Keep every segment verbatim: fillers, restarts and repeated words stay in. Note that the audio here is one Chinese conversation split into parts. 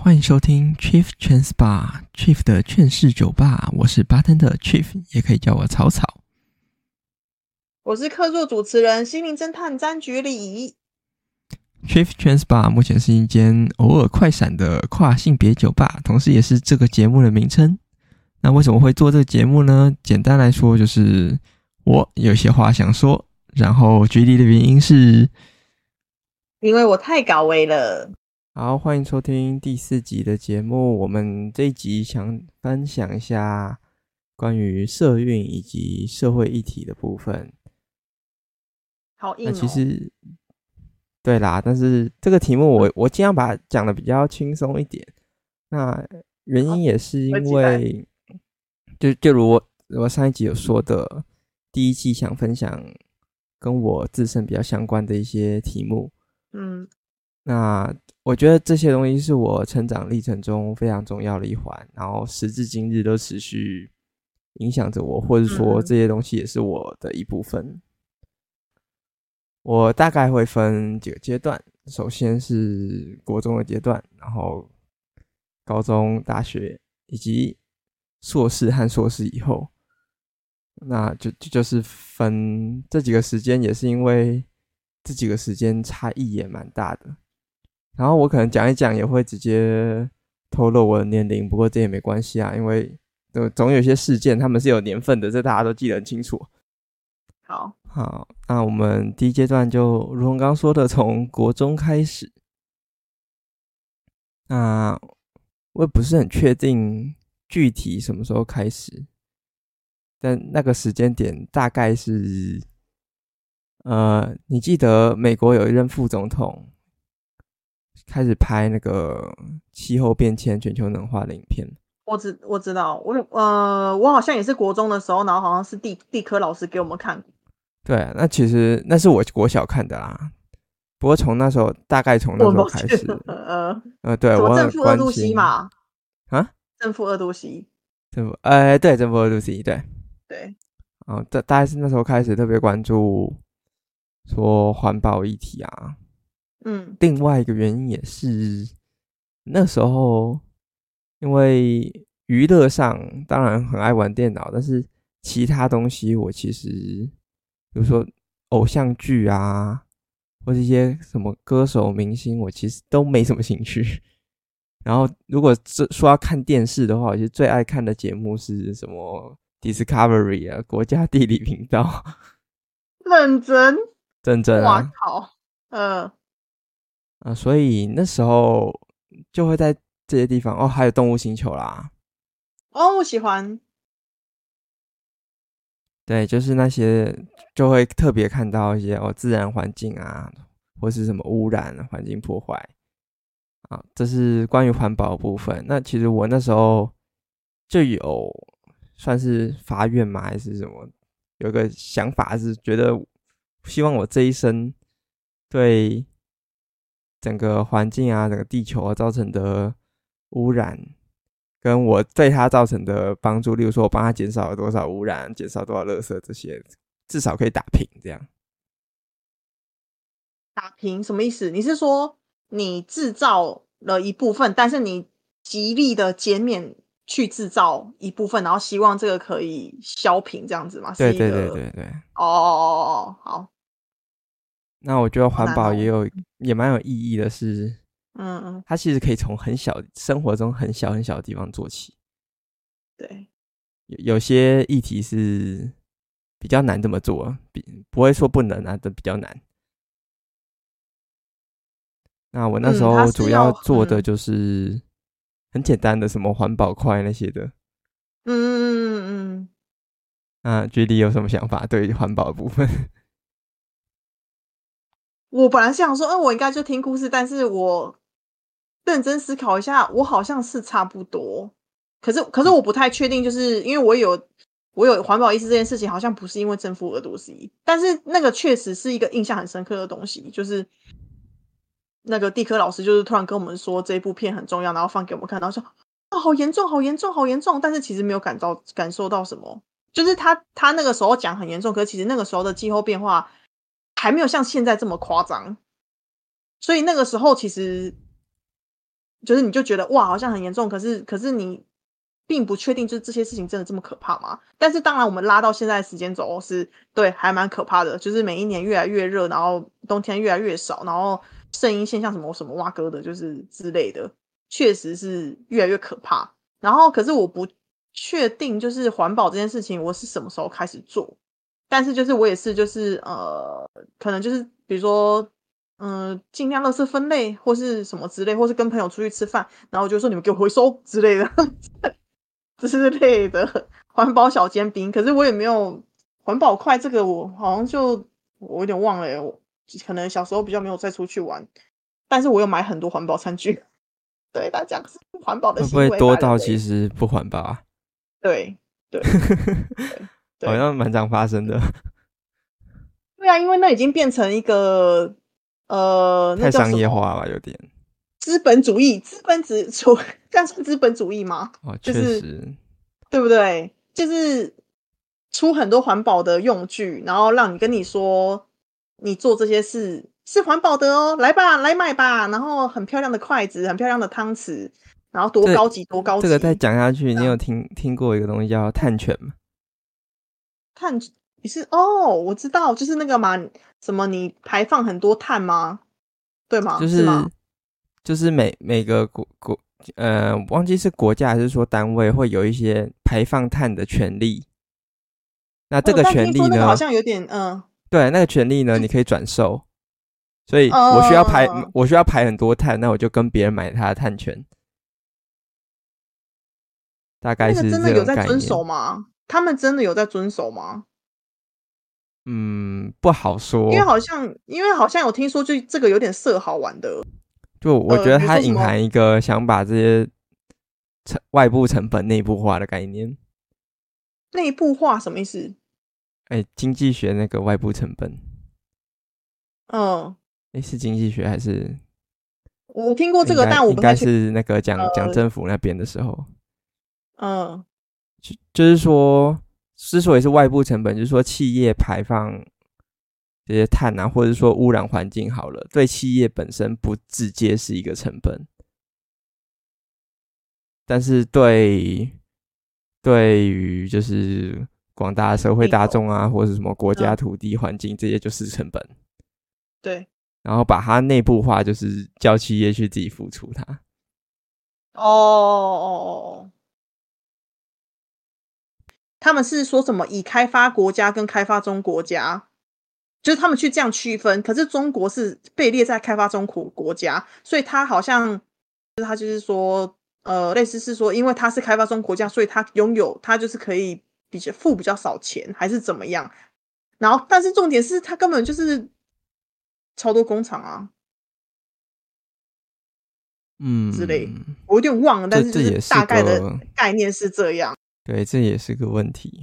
欢迎收听 Chief Trans Bar Chief 的劝世酒吧，我是 Bartender Chief， 也可以叫我草草。 我是客座主持人心灵侦探詹菊里。 Chief Trans Bar 目前是一间偶尔快闪的跨性别酒吧，同时也是这个节目的名称。那为什么会做这个节目呢？简单来说就是我有些话想说，然后举例的原因是因为我太搞威了。 好，欢迎收听第四集的节目。我们这一集想分享一下关于社运以及社会议题的部分。 好硬哦。 那其实对啦，但是这个题目我我尽量把它讲的比较轻松一点。那原因也是因为就就如我我上一集有说的，第一季想分享跟我自身比较相关的一些题目。 嗯， 那我觉得这些东西是我成长历程中非常重要的一环，然后时至今日都持续影响着我，或者说这些东西也是我的一部分。嗯、我大概会分几个阶段，首先是国中的阶段，然后高中、大学以及硕士和硕士以后，那就就就是分这几个时间，也是因为这几个时间差异也蛮大的。然后我可能讲一讲也会直接透露我的年龄，不过这也没关系啊，因为总有些事件他们是有年份的，这大家都记得很清楚。 好， 好，那我们第一阶段就如同刚刚说的，从国中开始。那我也不是很确定具体什么时候开始，但那个时间点大概是，呃，你记得美国有一任副总统开始拍那个气候变迁、全球暖化的影片。 我知我知道，我呃，我好像也是国中的时候，然后好像是地地科老师给我们看。 对，那其实那是我国小看的啦。不过从那时候，大概从那时候开始， 呃呃，对我正负二度 C 嘛， 啊， 正负二度 C， 正负，呃，对，正负二度 C， 对， 对， 哦，大大概是那时候开始特别关注说环保议题啊。 嗯， 另外一个原因也是那时候，因为娱乐上当然很爱玩电脑，但是其他东西我其实，比如说偶像剧啊，或是一些什么歌手明星，我其实都没什么兴趣。然后如果说要看电视的话，我其实最爱看的节目是什么 Discovery 啊，国家地理频道。 认真， 真真啊！ 哇靠，呃。 啊，所以那时候就会在这些地方哦，还有动物星球啦。 哦，我喜欢。 对，就是那些就会特别看到一些哦，自然环境啊，或是什么污染、环境破坏啊，这是关于环保的部分。那其实我那时候就有算是发愿嘛，还是什么，有个想法是觉得希望我这一生对整个环境啊，整个地球啊造成的污染，跟我对它造成的帮助，例如说我帮它减少了多少污染，减少多少垃圾，这些至少可以打平。这样打平什么意思？你是说你制造了一部分，但是你极力的减免去制造一部分，然后希望这个可以消平，这样子吗？ 对对对对对。 哦哦哦哦，好。 那我觉得环保也有、 哦、 也蛮有意义的是， 嗯嗯， 它其实可以从很小生活中很小很小的地方做起。 对， 有有些议题是比较难这么做，不会说不能啊，但比较难。那我那时候主要做的就是很简单的，什么环保筷那些的。 嗯嗯嗯嗯。 那 J D 有什么想法对于环保的部分？ 我本来是想说，嗯，我应该就听故事，但是我认真思考一下，我好像是差不多。可是，可是我不太确定，就是因为我有我有环保意识这件事情，好像不是因为正负二度 C， 但是那个确实是一个印象很深刻的东西，就是那个地科老师就是突然跟我们说这部片很重要，然后放给我们看，然后说啊、哦，好严重，好严重，好严重，但是其实没有感到感受到什么，就是他他那个时候讲很严重，可是其实那个时候的气候变化还没有像现在这么夸张，所以那个时候其实就是你就觉得哇好像很严重，可是可是你并不确定就是这些事情真的这么可怕吗？但是当然我们拉到现在的时间轴是对还蛮可怕的，就是每一年越来越热，然后冬天越来越少，然后圣婴现象什么什么蛙哥的就是之类的，确实是越来越可怕。然后可是我不确定就是环保这件事情我是什么时候开始做，但是就是我也是就是呃可能就是比如说嗯、呃，尽量垃圾分类或是什么之类，或是跟朋友出去吃饭，然后我就说你们给我回收之类的之类的环保小尖兵。可是我也没有环保筷这个我好像就我有点忘了耶，我可能小时候比较没有再出去玩，但是我有买很多环保餐具。对，大家是环保的会不行为， 会多到其实不环保啊？ 对对对， 好像蛮常发生的。 对啊，因为那已经变成一个呃，那太叫什么商业化吧，有点资本主义，资本主主这样是资本主义吗？ 哦， 就确是实， 对不对？就是出很多环保的用具，然后让你跟你说你做这些事是环保的哦，来吧，来买吧，然后很漂亮的筷子，很漂亮的汤匙，然后多这高级多高级。 这个再讲下去，你有嗯听听过一个东西叫碳权吗？ 碳你是哦，我知道，就是那个嘛，什么你排放很多碳吗？对吗？ 就是吗？ 就是每每个国国呃，忘记是国家还是说单位会有一些排放碳的权利。那这个嗯但听说那个好权利呢， 像有点嗯对，那个权利呢，你可以转售。所以我需要排， 嗯， 我需要排很多碳，那我就跟别人买他的碳权，大概那个是这真的有在种概念。 遵守吗？他们真的有在遵守吗？ 嗯，不好因为说。 好像，因为好像有听说，就这个有点色好玩的。 就我觉呃， 得比如说什么它隐含一个想把这些成外部成本内部化的概念。 内部化什么意思？ 哎，经济学那个外部成本， 嗯， 哎，是经济学还是我听过这个， 应该应该但我不太确。 是那个讲讲呃， 政府那边的时候， 嗯就就是说，之所以是外部成本，就是说企业排放这些碳啊，或者说污染环境好了，对企业本身不直接是一个成本，但是对对于就是广大的社会大众啊，或者什么国家、 嗯， 土地、环境这些就是成本， 对。 然后把它内部化，就是叫企业去自己付出它。 哦哦哦，他们是说什么已开发国家跟开发中国家，就是他们去这样区分。可是中国是被列在开发中国国家，所以他好像他就是说，呃，类似是说，因为他是开发中国家，所以他拥有他就是可以比较付比较少钱，还是怎么样？然后，但是重点是他根本就是超多工厂啊之类， 嗯， 我有点忘了，但是就是这这也是大概的个概念是这样。 对，这也是个问题。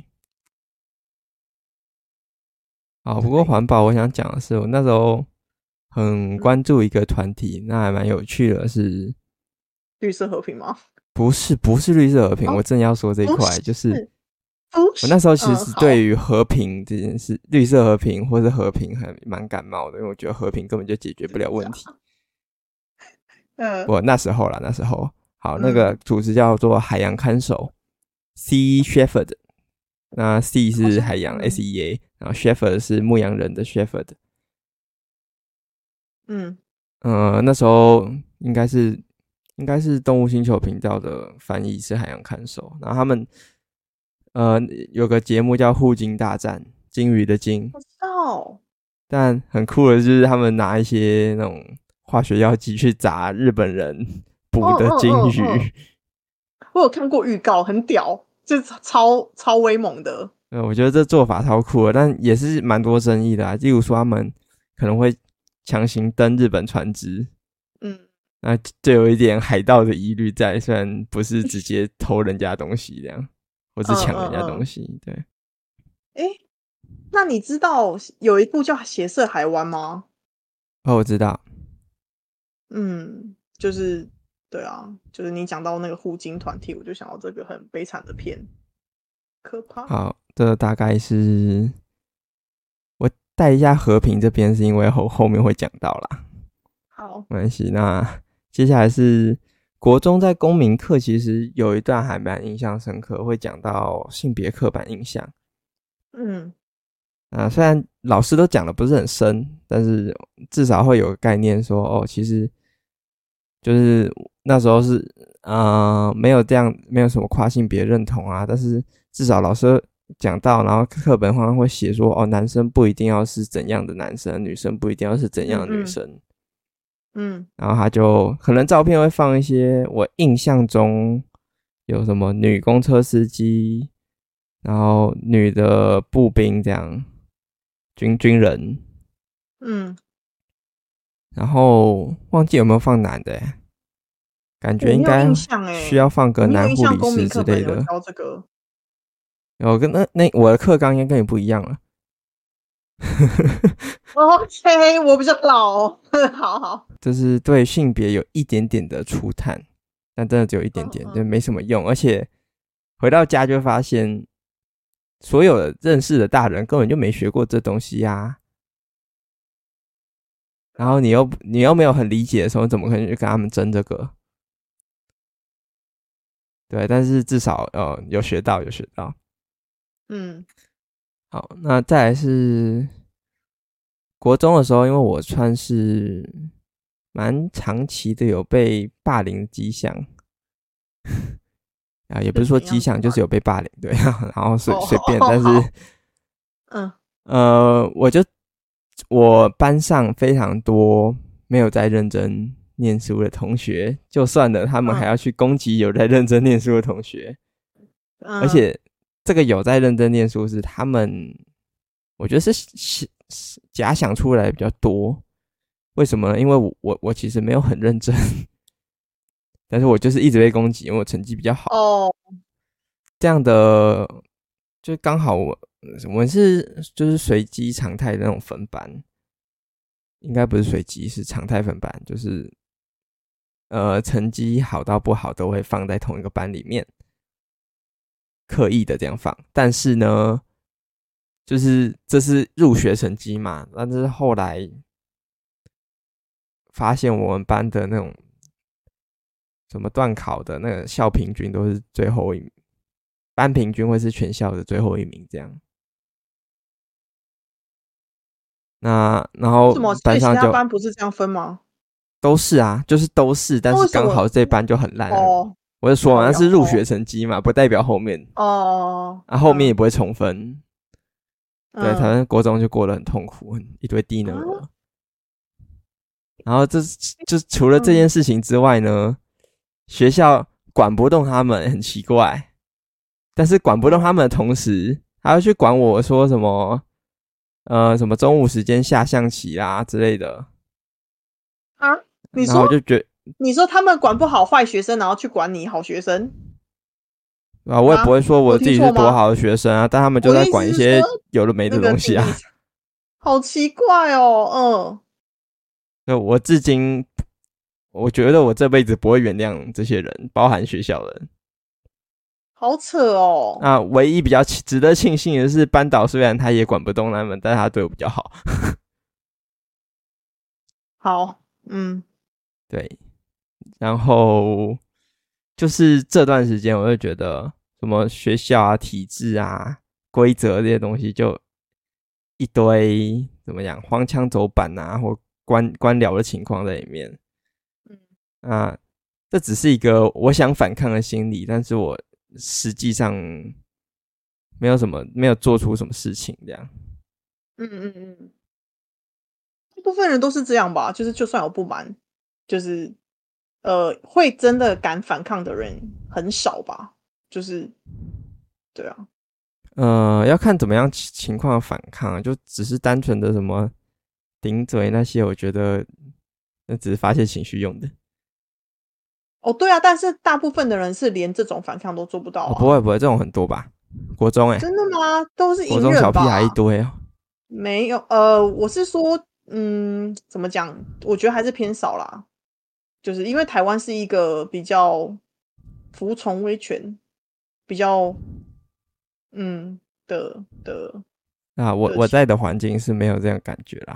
好，不过对， 环保，我想讲的是，我那时候很嗯， 关注一个团体，那还蛮有趣的是， 绿色和平吗？ 不是不是绿色和平， 哦， 我正要说这一不块，就是是，不我那是， 时候其嗯，好， 实对于和平这件事，绿色和平或是和平还蛮感冒的，因为我觉得和平根本就解决不了问题。 嗯我那时候啦，那时候好，那个嗯， 组织叫做海洋看守 （Sea Shepherd），那 Sea 好像是海洋 （S 嗯 E A），然后 Shepherd 是牧羊人的 Shepherd。 嗯呃，那时候应该是应该是动物星球频道的翻译是海洋看守，然后他们呃有个节目叫《互鲸大战》，鲸鱼的鲸， 我知道， 但很酷的就是他们拿一些那种化学药剂去砸日本人捕嗯嗯的鲸嗯嗯， 鱼。 我有看过预告，很屌，就是超超威猛的。 呃，我觉得这做法超酷的，但也是蛮多争议的啊。例如说，他们可能会强行登日本船只， 嗯， 那就有一点海盗的疑虑在，虽然不是直接偷人家东西这样，或是嗯抢人家嗯嗯， 东西。对， 诶，那你知道有一部叫《血色海湾》吗？ 哦，我知道。 嗯，就是对啊，就是你讲到那个护鲸团体，我就想到这个很悲惨的片，可怕。 好，这大概是我带一下和平这边，是因为后后面会讲到啦。 好， 没关系，那接下来是国中在公民课其实有一段还蛮印象深刻，会讲到性别刻板印象。 嗯， 啊，虽然老师都讲的不是很深，但是至少会有个概念说，哦，其实就是那时候是呃没有这样，没有什么跨性别认同啊，但是至少老师讲到，然后课本上会写说，哦，男生不一定要是怎样的男生，女生不一定要是怎样的女生。嗯， 嗯， 然后他就可能照片会放一些我印象中有什么女公车司机，然后女的步兵这样，军军人， 嗯， 然后忘记有没有放男的耶，感觉应该需要放个男护理师之类的。 教这个， 有跟那那我的课纲应该跟你不一样了。 OK， 我比较老，好好， 就是对性别有一点点的初探，但真的只有一点点，就没什么用。而且回到家就发现，所有的认识的大人根本就没学过这东西呀、啊。然后你又你又没有很理解的时候，怎么可能去跟他们争这个？对，但是至少呃有学到有学到。 嗯， 好，那再来是国中的时候，因为我算是蛮长期的有被霸凌的迹象。啊，也不是说迹象，就是有被霸凌，对，然后随随便，但是， 嗯， 呃，我就我班上非常多没有在认真念书的同学，就算了，他们还要去攻击有在认真念书的同学， 嗯， 而且这个有在认真念书是他们，我觉得是是假想出来比较多。为什么呢？因为我我我其实没有很认真。但是我就是一直被攻击，因为我成绩比较好。 哦， 这样的就刚好我我们是就是随机常态的那种分班，应该不是随机，是常态分班，就是呃成绩好到不好都会放在同一个班里面，刻意的这样放。但是呢，就是这是入学成绩嘛，但是后来发现我们班的那种。什么段考的那个校平均都是最后一名，班平均会是全校的最后一名，这样。那然后班上就其他班不是这样分吗？ 都是啊，就是都是，但是刚好这班就很烂。哦，我就说嘛，那是入学成绩嘛，不代表后面哦， 啊，后面也不会重分。嗯、对，他们国中就过得很痛苦，一堆低能儿。嗯、然后这就除了这件事情之外呢？学校管不动他们，很奇怪。但是管不动他们的同时，还要去管我说什么，呃，什么中午时间下象棋啦之类的。 啊？你说？我就觉得，你说他们管不好坏学生，然后去管你好学生？ 啊，我也不会说我自己是多好的学生啊，但他们就在管一些有的没的东西啊。 那個、好奇怪哦，嗯。 那我至今。我觉得我这辈子不会原谅这些人，包含学校人。 好扯哦！ 那唯一比较值得庆幸的是，班导虽然他也管不动他们，但是他对我比较好。 好，嗯， 对。然后就是这段时间，我就觉得什么学校啊、体制啊、规则这些东西，就一堆怎么样荒腔走板啊，或官官僚的情况在里面。啊，这只是一个我想反抗的心理，但是我实际上没有什么，没有做出什么事情这样。 嗯嗯嗯，大部分人都是这样吧，就是就算有不满，就是呃，会真的敢反抗的人很少吧，就是对啊。 呃，要看怎么样情况反抗，就只是单纯的什么顶嘴那些，我觉得那只是发泄情绪用的。 哦，对啊，但是大部分的人是连这种反抗都做不到啊。 哦、不会不会，这种很多吧？国中哎、欸， 真的吗？都是国中小屁孩一堆哦。 没有，呃，我是说，嗯，怎么讲？我觉得还是偏少啦。就是因为台湾是一个比较服从威权、比较嗯的的。 啊，我我在的环境是没有这样感觉啦。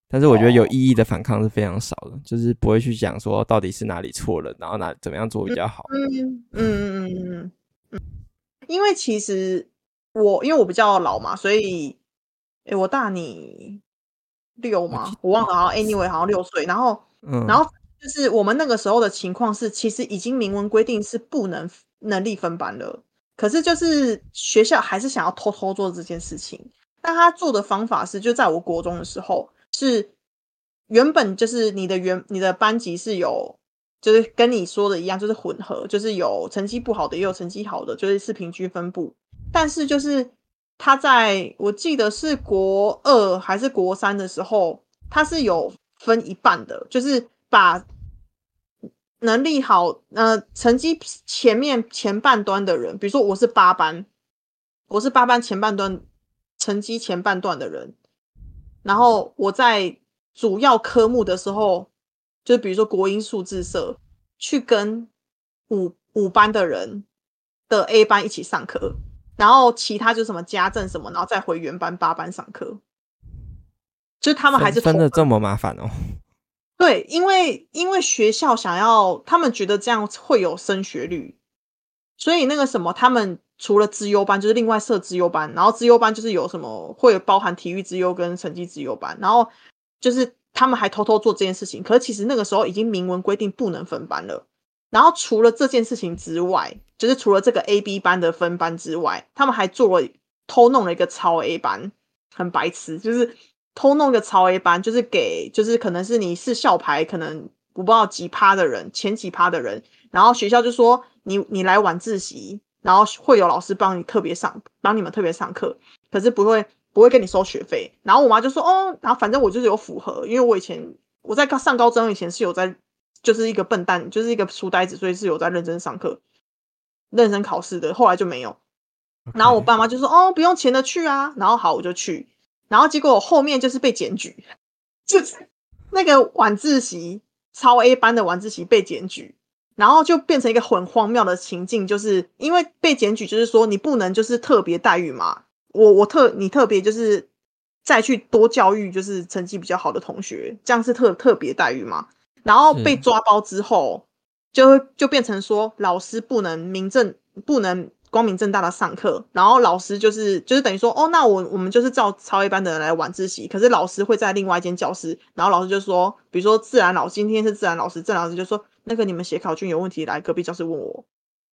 但是我觉得有意义的反抗是非常少的，就是不会去讲说到底是哪里错了，然后哪怎么样做比较好。 嗯嗯嗯嗯嗯，因为其实我因为我比较老嘛，所以，诶，我大你六吗？我忘了，好像 anyway 好像六岁，然后， 嗯， 然后就是我们那个时候的情况是，其实已经明文规定是不能能力分班了，可是就是学校还是想要偷偷做这件事情。但他做的方法是，就在我国中的时候，是原本就是你的原你的班级是有，就是跟你说的一样，就是混合，就是有成绩不好的，也有成绩好的，就是是平均分布。但是就是他在我记得是国二还是国三的时候，他是有分一半的，就是把能力好，呃，成绩前面前半端的人，比如说我是八班，我是八班前半段成绩前半段的人，然后我在主要科目的时候，就比如说国英数自社，去跟五五班的人的 A 班一起上课，然后其他就什么家政什么，然后再回原班八班上课，就是他们还是分分的这么麻烦哦。 对，因为因为学校想要，他们觉得这样会有升学率，所以那个什么，他们除了资优班，就是另外设资优班，然后资优班就是有什么会包含体育资优跟成绩资优班，然后就是他们还偷偷做这件事情，可是其实那个时候已经明文规定不能分班了。然后除了这件事情之外，就是除了这个 A B 班的分班之外，他们还做了偷弄了一个超 A 班，很白痴，就是偷弄个超 A 班，就是给就是可能是你是校牌，可能我不知道几趴的人，前几趴的人，然后学校就说你你来晚自习，然后会有老师帮你特别上，帮你们特别上课，可是不会不会跟你收学费。然后我妈就说哦，然后反正我就是有符合，因为我以前我在上高中以前是有在，就是一个笨蛋，就是一个书呆子，所以是有在认真上课、认真考试的。后来就没有。然后我爸妈就说哦，不用钱的去啊，然后好我就去。然后结果我后面就是被检举，就是那个晚自习超 A 班的晚自习被检举，然后就变成一个很荒谬的情境，就是因为被检举，就是说你不能就是特别待遇嘛，我我特你特别就是再去多教育就是成绩比较好的同学，这样是特特别待遇嘛。然后被抓包之后，就就变成说老师不能明正不能。光明正大的上课，然后老师就是就是等于说，哦，那我我们就是照超一班的人来晚自习，可是老师会在另外一间教室，然后老师就说，比如说自然老师今天是自然老师，郑老师就说，那个你们写考卷有问题，来隔壁教室问我。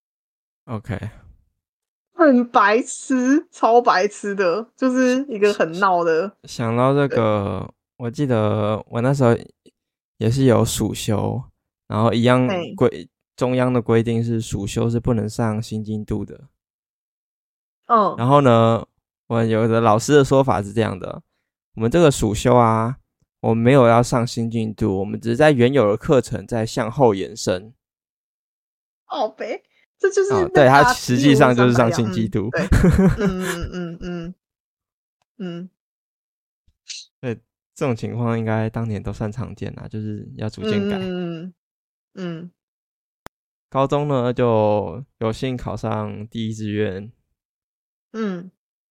OK， 很白痴，超白痴的，就是一个很闹的。 想到这个，我记得我那时候也是有暑修，然后一样规中央的规定是暑修是不能上新进度的。 嗯， 然后呢，我有的老师的说法是这样的：我们这个暑修啊，我们没有要上新进度，我们只是在原有的课程再向后延伸。 好呗，这就是、 哦、对，它实际上就是上新进度。 嗯、对，嗯嗯嗯嗯嗯， 对，这种情况应该当年都算常见啦，就是要逐渐改。 嗯嗯嗯。 高中呢，就有幸考上第一志愿。 嗯，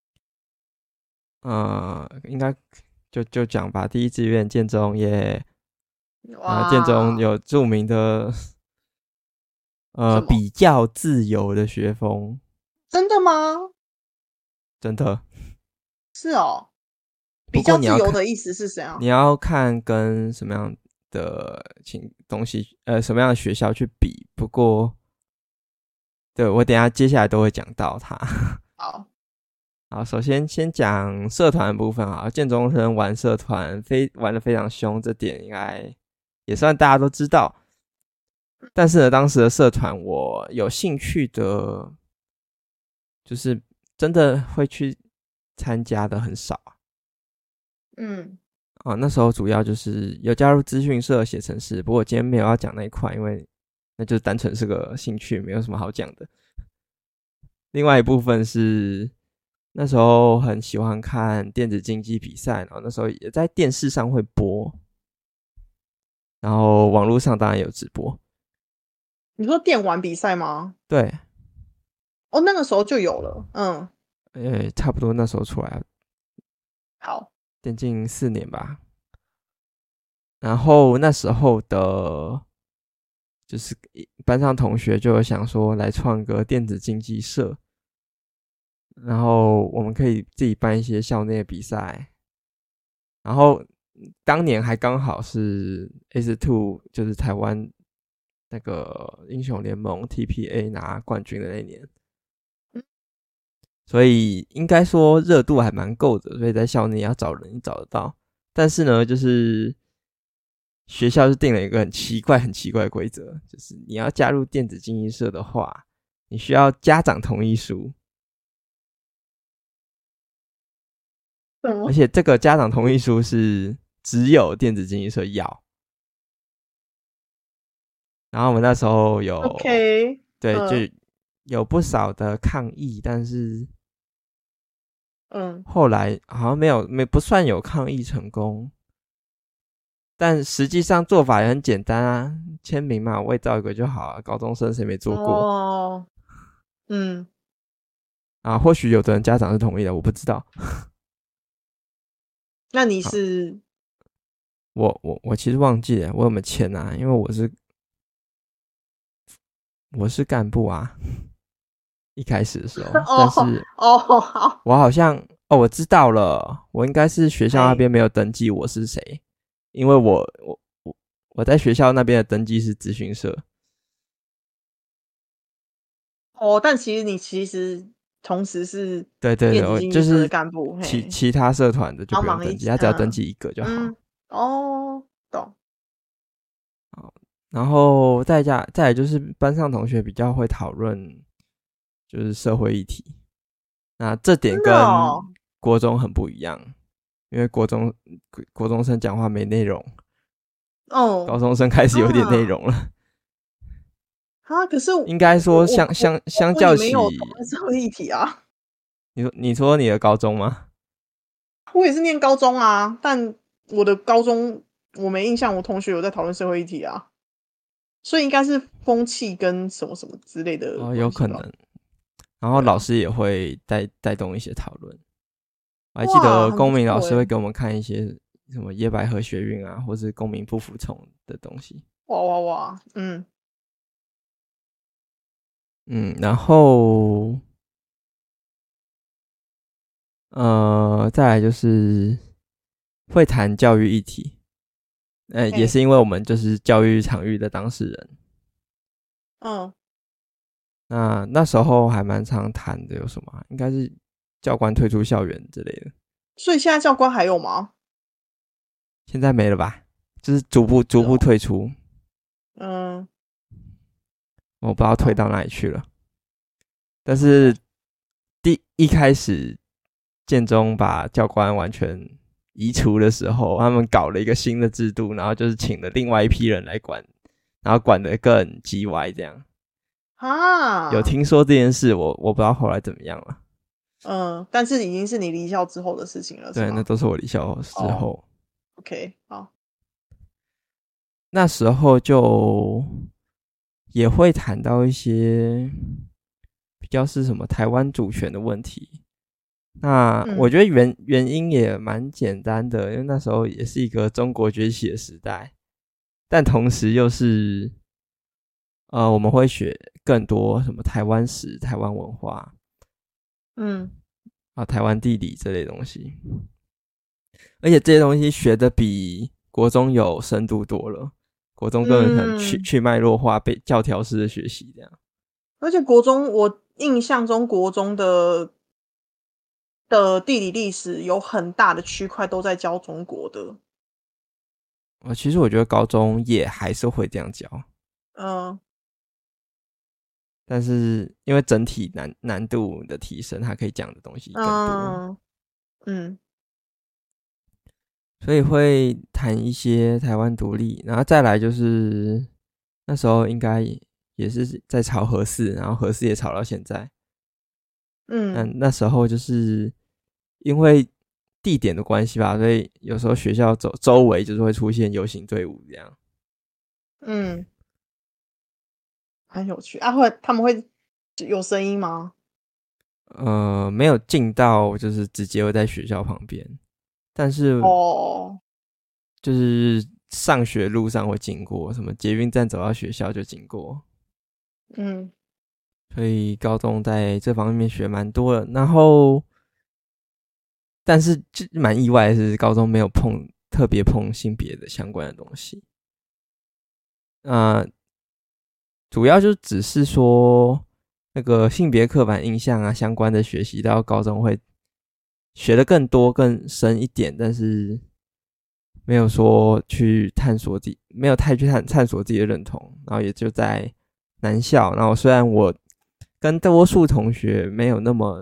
呃，应该就就讲吧，第一志愿建中也， 哇， 建中有著名的呃比较自由的学风。 真的吗？ 真的是哦，比较自由的意思是怎样？ 你要看跟什么样的情东西，呃，什么样的学校去比。不过，对，我等一下接下来都会讲到它。 好， 好，首先先讲社团的部分啊，建中生玩社团非玩得非常凶，这点应该也算大家都知道。但是呢，当时的社团我有兴趣的，就是真的会去参加的很少。 嗯， 啊，那时候主要就是有加入资讯社写程式，不过我今天没有要讲那一块，因为那就单纯是个兴趣，没有什么好讲的。另外一部分是那时候很喜欢看电子竞技比赛，然后那时候也在电视上会播，然后网络上当然有直播。 你说电玩比赛吗？ 对， 哦，那个时候就有了，嗯， 呃，差不多那时候出来了。 好， 电竞四年吧。 然后那时候的，就是班上同学就有想说来创个电子竞技社，然后我们可以自己办一些校内的比赛，然后当年还刚好是 S 二 就是台湾那个英雄联盟 T P A 拿冠军的那年，所以应该说热度还蛮够的，所以在校内要找人找得到。但是呢，就是学校就定了一个很奇怪、很奇怪的规则，就是你要加入电子竞技社的话，你需要家长同意书，而且这个家长同意书是只有电子竞技社要。然后我们那时候有 OK， 对， 嗯就有不少的抗议，但是嗯， 后来好像没有没不算有抗议成功，但实际上做法也很简单啊，签名嘛，我也照一个就好啊，高中生谁没做过？ 哦，嗯， 啊，或许有的人家长是同意的，我不知道。 那你是我我我其实忘记了我有没有签啊，因为我是我是干部啊，一开始的时候，但是哦好， 我好像哦我知道了，我应该是学校那边没有登记我是谁，因为我我我我在学校那边的登记是咨询社。 哦，但其实你其实同时是对对对， 电子我竞技社的就是干部， 其其他社团的就不用登记，他只要登记一个就好。 嗯，哦，懂。 好，然后再加再来就是班上同学比较会讨论，就是社会议题。那这点跟国中很不一样，因为国中国中生讲话没内容， 哦， 高中生开始有点内容了。 啊，可是应该说相相相较起， 没有社会议题啊。 你说你说你的高中吗？ 我也是念高中啊，但我的高中我没印象，我同学有在讨论社会议题啊，所以应该是风气跟什么什么之类的。 哦，有可能。然后老师也会带带动一些讨论。我还记得公民老师会给我们看一些什么野百合学运啊，或是公民不服从的东西。 哇哇哇，嗯嗯，然后呃，再来就是会谈教育议题，呃，也是因为我们就是教育场域的当事人。 嗯， 那那时候还蛮常谈的，有什么？应该是教官退出校园之类的。 所以现在教官还有吗？ 现在没了吧？就是逐步逐步退出。 嗯， 我不知道退到哪里去了。但是第一开始建中把教官完全移除的时候，他们搞了一个新的制度，然后就是请了另外一批人来管，然后管得更叽歪这样。 啊， 有听说这件事，我我不知道后来怎么样了。 嗯，但是已经是你离校之后的事情了， 对，那都是我离校之后。 哦、OK， 好。 那时候就也会谈到一些比较是什么台湾主权的问题。那我觉得原原因也蛮简单的，因为那时候也是一个中国崛起的时代，但同时又是呃我们会学更多什么台湾史、台湾文化， 嗯啊台湾地理这类东西，而且这些东西学的比国中有深度多了。国中根本可能去、嗯、去脉络化、被教条式的学习这样。 而且国中我印象中国中的的地理历史有很大的区块都在教中国的。 呃，其实我觉得高中也还是会这样教， 嗯， 但是因为整体难难度的提升，它可以讲的东西更多。 嗯，嗯， 所以会谈一些台湾独立，然后再来就是那时候应该也是在炒核四，然后核四也炒到现在。 嗯， 那那时候就是因为地点的关系吧，所以有时候学校周周围就是会出现游行队伍这样。 嗯，很有趣啊！会他们会有声音吗？ 呃，没有进到，就是直接会在学校旁边。但是哦， 就是上学路上会经过，什么捷运站走到学校就经过。 嗯， 所以高中在这方面学蛮多的，然后但是就蛮意外的是，高中没有碰特别碰性别的相关的东西。呃，主要就只是说那个性别刻板印象啊相关的学习，到高中会学的更多更深一点，但是没有说去探索自己，没有太去探探索自己的认同，然后也就在男校。然后虽然我跟多数同学没有那么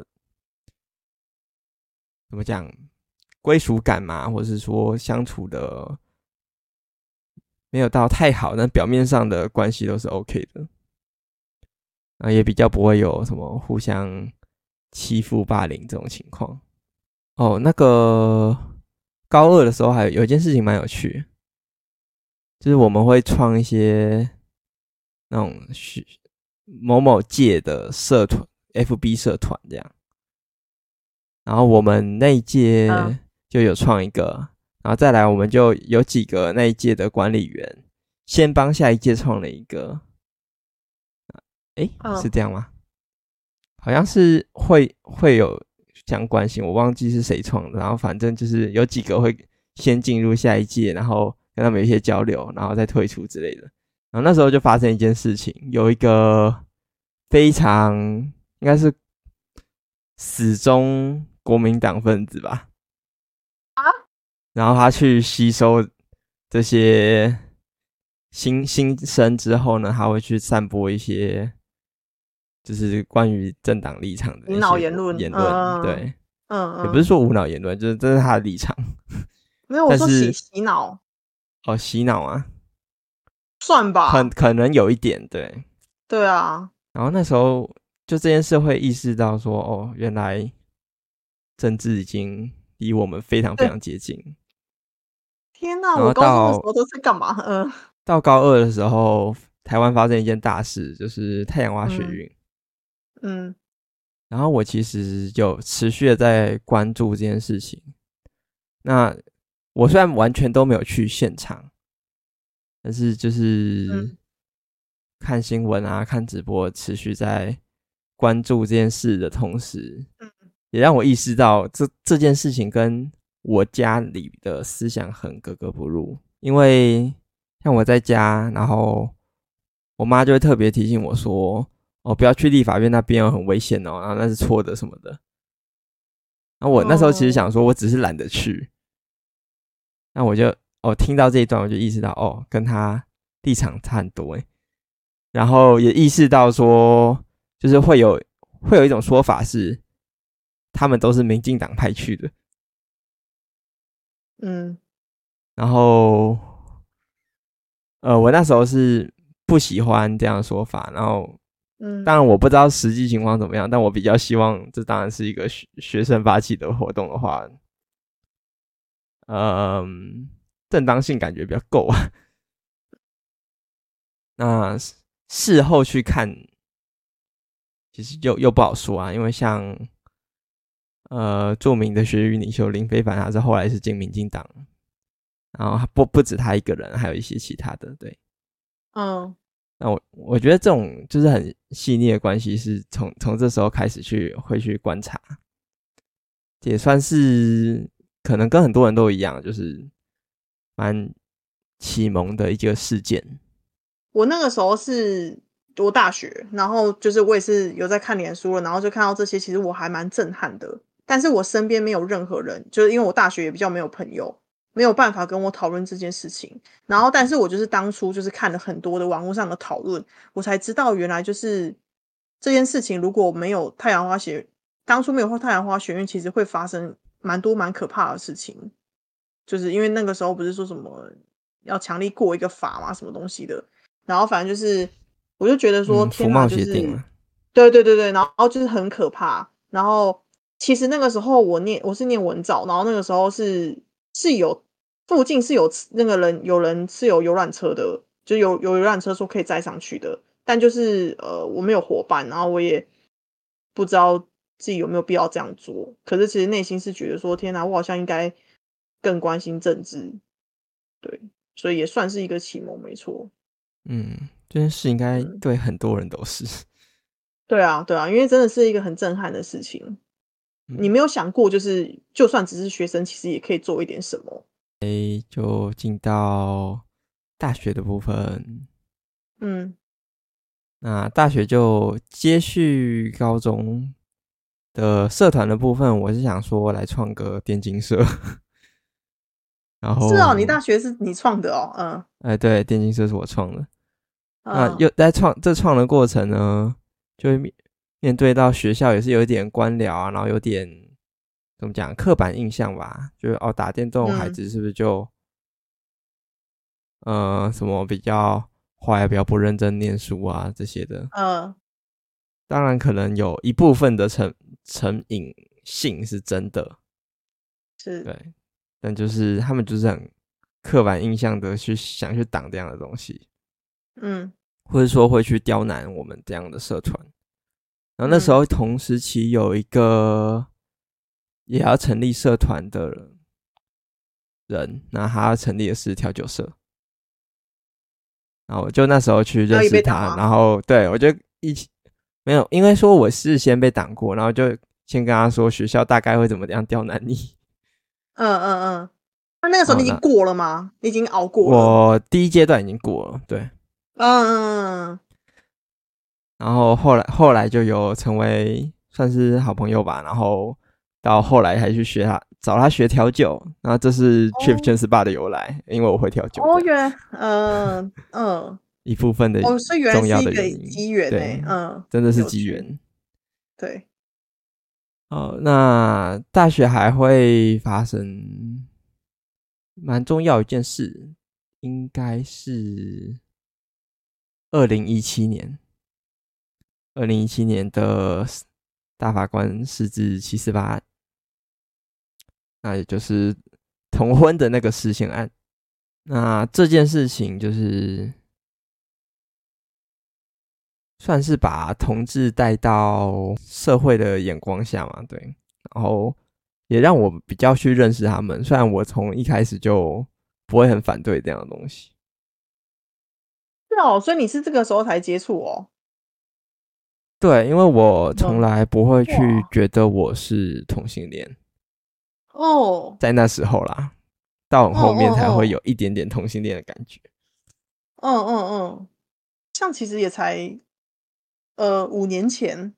怎么讲归属感嘛，或是说相处的没有到太好，但表面上的关系都是 OK 的，啊，也比较不会有什么互相欺负、霸凌这种情况。哦，那个高二的时候还有有一件事情蛮有趣的，就是我们会创一些那种某某届的社团 ，F B 社团这样。然后我们那一届就有创一个，嗯、然后再来我们就有几个那一届的管理员，先帮下一届创了一个，诶，嗯、是这样吗？好像是会会有相关性，我忘记是谁创的。然后反正就是有几个会先进入下一届，然后跟他们有一些交流，然后再退出之类的。然后那时候就发生一件事情，有一个非常应该是死忠国民党分子吧， 啊， 然后他去吸收这些新新生之后呢，他会去散播一些就是关于政党立场的一些言论， 言论，嗯、对， 嗯嗯， 也不是说无脑言论，就是这是他的立场。 没有，我说洗洗脑， 哦，洗脑啊， 算吧， 可可能有一点，对， 对啊。 然后那时候就这件事会意识到说，哦，原来政治已经离我们非常非常接近。 天哪，我高中的时候都在干嘛？嗯， 到高二的时候，台湾发生一件大事，就是太阳花学运。 嗯，嗯然后我其实有持续的在关注这件事情。那我虽然完全都没有去现场，但是就是看新闻啊、看直播，持续在关注这件事的同时，也让我意识到这这件事情跟我家里的思想很格格不入。因为像我在家，然后我妈就会特别提醒我说：“哦，不要去立法院那边哦，很危险哦，然后那是错的什么的。”然后我那时候其实想说，我只是懒得去。那我就哦，听到这一段，我就意识到哦，跟他立场差很多诶。然后也意识到说，就是会有会有一种说法是，他们都是民进党派去的。 嗯， 然后，呃，我那时候是不喜欢这样的说法。然后，嗯，当然我不知道实际情况怎么样，但我比较希望这当然是一个学学生发起的活动的话，嗯，正当性感觉比较够啊。那事后去看，其实又又不好说啊，因为像呃著名的学运领袖林非凡，他是后来是进民进党，然后不不止他一个人，还有一些其他的，对，嗯，那我我觉得这种就是很细腻的关系，是从从这时候开始去会去观察，也算是可能跟很多人都一样，就是蛮启蒙的一个事件。 我那个时候是读大学，然后就是我也是有在看脸书了，然后就看到这些，其实我还蛮震撼的。但是我身边没有任何人，就是因为我大学也比较没有朋友，没有办法跟我讨论这件事情。然后，但是我就是当初就是看了很多的网络上的讨论，我才知道原来就是这件事情如果没有太阳花学，当初没有太阳花学运，其实会发生蛮多蛮可怕的事情。就是因为那个时候不是说什么要强力过一个法嘛，什么东西的。然后反正就是，我就觉得说， 嗯、 天哪，就是，对对对对，然后就是很可怕。然后其实那个时候我念我是念文藻，然后那个时候是是有附近是有那个人有人是有游览车的，就有有游览车说可以载上去的，但就是呃我没有伙伴，然后我也不知道自己有没有必要这样做。可是其实内心是觉得说，天哪，我好像应该更关心政治，对。 所以也算是一个启蒙，没错。 嗯，这件事应该对很多人都是。嗯、 对啊，对啊，因为真的是一个很震撼的事情。嗯、你没有想过，就是就算只是学生，其实也可以做一点什么。 就进到大学的部分。 嗯， 那大学就接续高中的社团的部分，我是想说来创个电竞社。然后是哦，你大学是你创的哦，嗯， 哎，对，电竞社是我创的。 嗯、 那又在创这创的过程呢，就会面面对到学校也是有一点官僚啊，然后有点怎么讲刻板印象吧，就是哦打电动孩子是不是就、嗯、呃什么比较坏，比较不认真念书啊这些的。 嗯， 当然可能有一部分的成成瘾性是真的， 是， 对，但就是他们就是很刻板印象的去想去挡这样的东西， 嗯， 或者说会去刁难我们这样的社团。然后那时候同时期有一个也要成立社团的人，那他要成立的是调酒社，然后我就那时候去认识他，然后对我就一起没有，因为说我是先被挡过，然后就先跟他说学校大概会怎么样刁难你。 嗯嗯嗯，那那个时候你已经过了吗？你已经熬过了？ 我第一阶段已经过了，对。 嗯嗯嗯。 然后后来后来就有成为算是好朋友吧，然后到后来还去学他找他学调酒，然后这是 Chief Chen Spa 的由来，因为我会调酒。 哦，原来，嗯嗯， 一部分的哦，所以原来重要是一个的原因， 机缘对， 欸，嗯， 真的是机缘。 对。 哦，那大学还会发生蛮重要一件事，应该是二零一七年，二零一七年的大法官释字七四八案，那也就是同婚的那个实行案。那这件事情就是算是把同志带到社会的眼光下嘛，对，然后也让我比较去认识他们。虽然我从一开始就不会很反对这样的东西。 是哦，所以你是这个时候才接触哦？ 对，因为我从来不会去觉得我是同性恋。 哦， 在那时候啦，到很后面才会有一点点同性恋的感觉。 嗯嗯嗯，像其实也才呃五年前。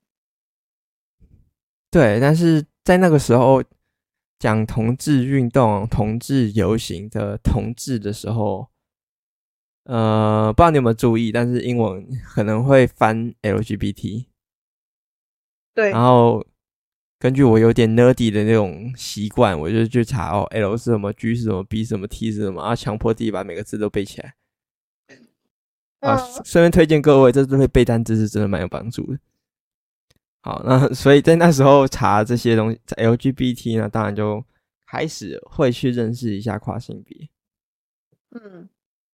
对，但是在那个时候讲同志运动、同志游行的同志的时候，呃，不知道你有没有注意，但是英文可能会翻 L G B T。 对， 然后根据我有点 nerdy 的那种习惯，我就去查哦 ，L 是什么 ，G 是什么 ，B 是什么 ，T 是什么，然后强迫自己把每个字都背起来。啊，顺便推荐各位，这对背单词是真的蛮有帮助的。好，那所以在那时候查这些东西 ，L G B T 呢，当然就开始会去认识一下跨性别。 嗯，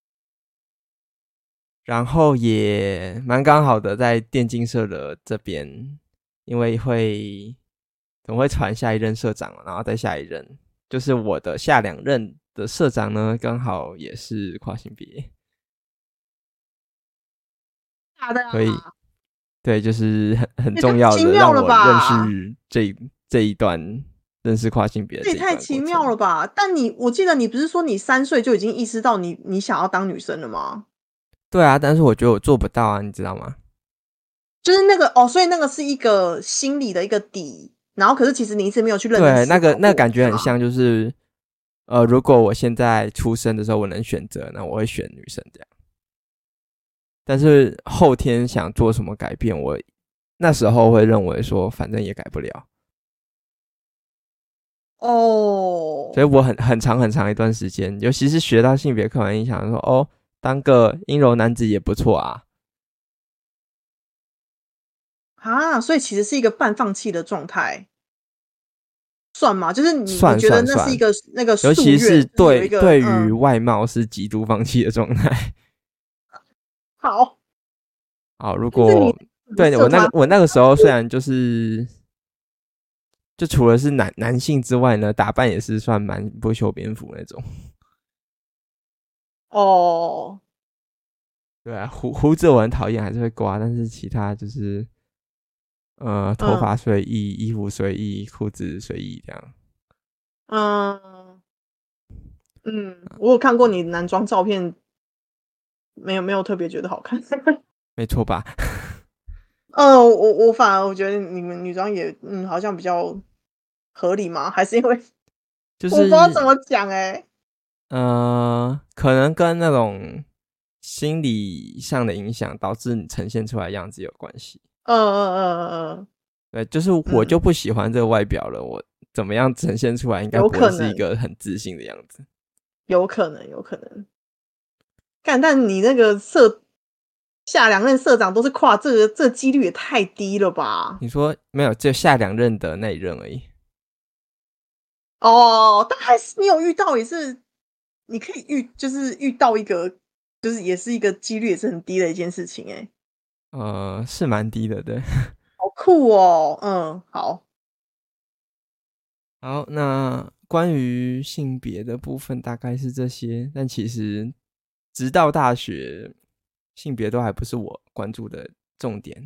然后也蛮刚好的，在电竞社的这边，因为会总会传下一任社长，然后再下一任，就是我的下两任的社长呢，刚好也是跨性别。 假的啊？ 所以对，就是很很重要的，让我认识这这一段认识跨性别的这一段过程。 这也太奇妙了吧！但你，我记得你不是说你三岁就已经意识到你你想要当女生了吗？ 对啊，但是我觉得我做不到啊，你知道吗？ 就是那个哦，所以那个是一个心理的一个底，然后可是其实你一直没有去认真对，那个那个感觉很像，就是呃，如果我现在出生的时候我能选择，那我会选女生这样。但是后天想做什么改变，我那时候会认为说，反正也改不了。 哦， 所以我很很长很长一段时间，尤其是学到性别刻板印象，说哦，当个阴柔男子也不错啊。 啊，所以其实是一个半放弃的状态，算吗？就是你算你觉得那是一个那个， 尤其是对、 就是、 对于外貌是极度放弃的状态。 好， 好，如果对我那个我那个时候虽然就是就除了是男男性之外呢，打扮也是算蛮不修边幅那种。 哦， 对啊，胡胡子我很讨厌，还是会刮，但是其他就是呃，头发随意，衣服随意，裤子随意这样。 嗯嗯，我有看过你男装照片，没有没有特别觉得好看。 没错吧？ 嗯，我我反而我觉得你们女装也嗯好像比较合理吗？还是因为就我不知道怎是么讲哎、欸。 呃，可能跟那种心理上的影响导致你呈现出来的样子有关系。 嗯嗯嗯嗯对，就是我就嗯， 不喜欢这个外表了，我怎么样呈现出来应该有不会可能， 是一个很自信的样子。 有可能，有可能。干，但你那个社下两任社长都是跨，这个这几率也太低了吧？ 你说没有，就下两任的那一任而已。 哦，但还是你有遇到，也是你可以遇，就是遇到一个，就是也是一个几率也是很低的一件事情、欸，哎， 呃，是蛮低的，对。 好酷哦，嗯，好， 好，那关于性别的部分大概是这些，但其实直到大学，性别都还不是我关注的重点。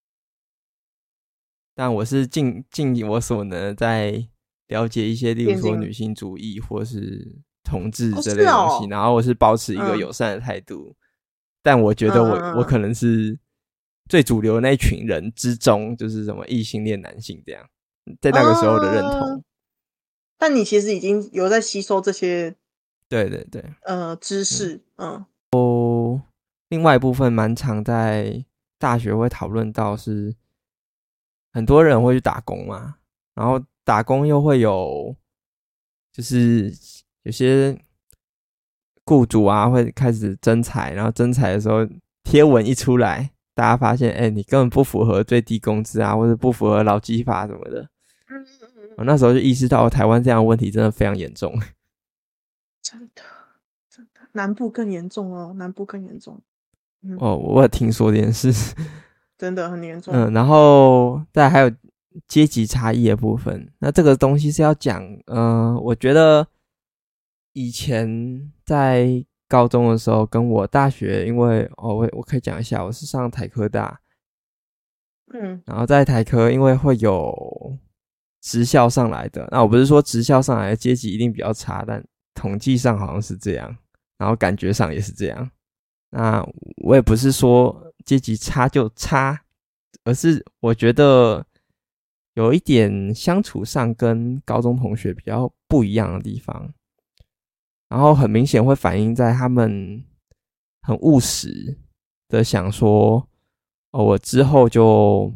但我是尽尽我所能在了解一些，例如电竞， 说女性主义或是同志哦， 这是类的东西， 哦， 然后我是保持一个嗯友善的态度。但我觉嗯得我嗯嗯我可能是最主流的那一群人之中，就是什么异性恋男性这样，在那个时候的认同。 嗯，但你其实已经有在吸收这些对对对。 呃知嗯。 识，嗯另外一部分蛮常在大学会讨论到是，很多人会去打工嘛，然后打工又会有，就是有些雇主啊会开始征才，然后征才的时候贴文一出来，大家发现，哎、欸，你根本不符合最低工资啊，或者不符合劳基法什么的。 嗯嗯嗯， 我那时候就意识到，台湾这样的问题真的非常严重。 真的真的，南部更严重哦，南部更严重，嗯， 哦，我有听说这件事。 真的很严重， 嗯，然后再还有阶级差异的部分。那这个东西是要讲，嗯、呃，我觉得以前在高中的时候，跟我大学，因为哦，我我可以讲一下，我是上台科大， 嗯然后在台科，因为会有职校上来的，那我不是说职校上来的阶级一定比较差，但统计上好像是这样，然后感觉上也是这样。那我也不是说阶级差就差，而是我觉得有一点相处上跟高中同学比较不一样的地方，然后很明显会反映在他们很务实的想说，哦，我之后就